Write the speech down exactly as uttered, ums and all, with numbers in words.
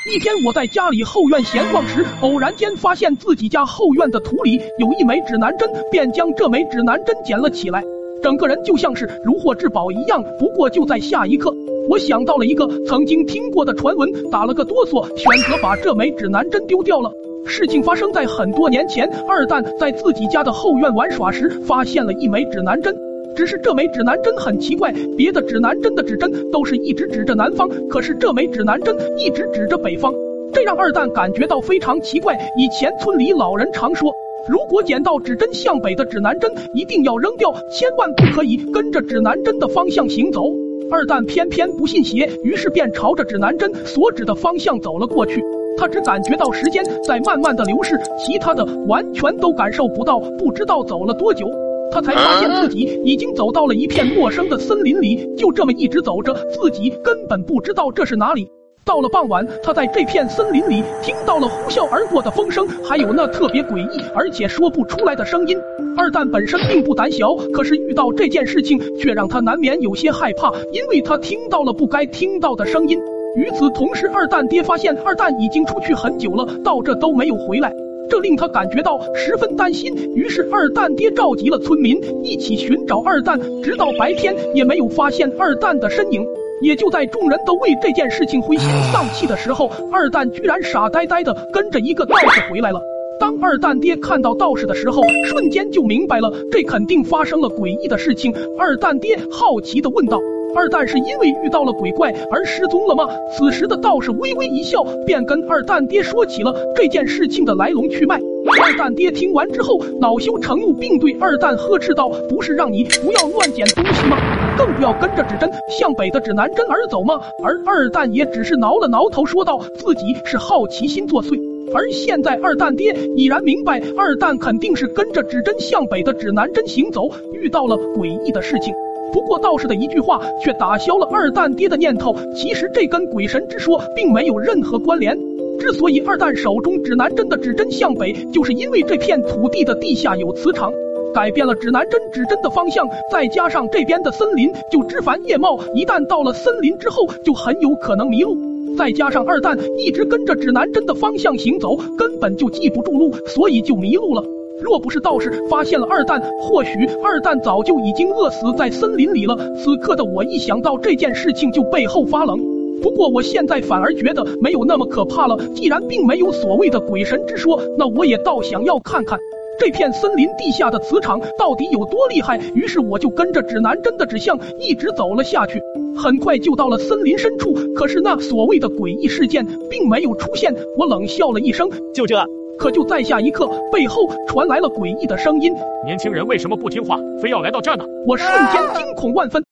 一天，我在家里后院闲逛时，偶然间发现自己家后院的土里有一枚指南针，便将这枚指南针捡了起来，整个人就像是如获至宝一样。不过就在下一刻，我想到了一个曾经听过的传闻，打了个哆嗦，选择把这枚指南针丢掉了。事情发生在很多年前，二蛋在自己家的后院玩耍时，发现了一枚指南针。只是这枚指南针很奇怪，别的指南针的指针都是一直指着南方，可是这枚指南针一直指着北方，这让二蛋感觉到非常奇怪。以前村里老人常说，如果捡到指针向北的指南针，一定要扔掉，千万不可以跟着指南针的方向行走。二蛋偏偏不信邪，于是便朝着指南针所指的方向走了过去。他只感觉到时间在慢慢的流逝，其他的完全都感受不到。不知道走了多久，他才发现自己已经走到了一片陌生的森林里。就这么一直走着，自己根本不知道这是哪里。到了傍晚，他在这片森林里听到了呼啸而过的风声，还有那特别诡异而且说不出来的声音。二蛋本身并不胆小，可是遇到这件事情却让他难免有些害怕，因为他听到了不该听到的声音。与此同时，二蛋爹发现二蛋已经出去很久了，到这都没有回来，这令他感觉到十分担心。于是二蛋爹召集了村民一起寻找二蛋，直到白天也没有发现二蛋的身影。也就在众人都为这件事情灰心丧气的时候，二蛋居然傻呆呆的跟着一个道士回来了。当二蛋爹看到道士的时候，瞬间就明白了，这肯定发生了诡异的事情。二蛋爹好奇地问道，二蛋是因为遇到了鬼怪而失踪了吗？此时的道士微微一笑，便跟二蛋爹说起了这件事情的来龙去脉。二蛋爹听完之后恼羞成怒，并对二蛋呵斥道，不是让你不要乱捡东西吗？更不要跟着指针向北的指南针而走吗？而二蛋也只是挠了挠头，说道自己是好奇心作祟。而现在二蛋爹已然明白，二蛋肯定是跟着指针向北的指南针行走，遇到了诡异的事情。不过道士的一句话却打消了二蛋爹的念头，其实这跟鬼神之说并没有任何关联。之所以二蛋手中指南针的指针向北，就是因为这片土地的地下有磁场，改变了指南针指针的方向，再加上这边的森林就枝繁叶茂，一旦到了森林之后就很有可能迷路。再加上二蛋一直跟着指南针的方向行走，根本就记不住路，所以就迷路了。若不是道士发现了二蛋，或许二蛋早就已经饿死在森林里了。此刻的我一想到这件事情就背后发冷。不过我现在反而觉得没有那么可怕了，既然并没有所谓的鬼神之说，那我也倒想要看看这片森林地下的磁场到底有多厉害。于是我就跟着指南针的指向一直走了下去，很快就到了森林深处。可是那所谓的诡异事件并没有出现，我冷笑了一声， 就这。 可就在下一刻，背后传来了诡异的声音， 年轻人为什么不听话，非要来到这儿呢？ 我瞬间惊恐万分。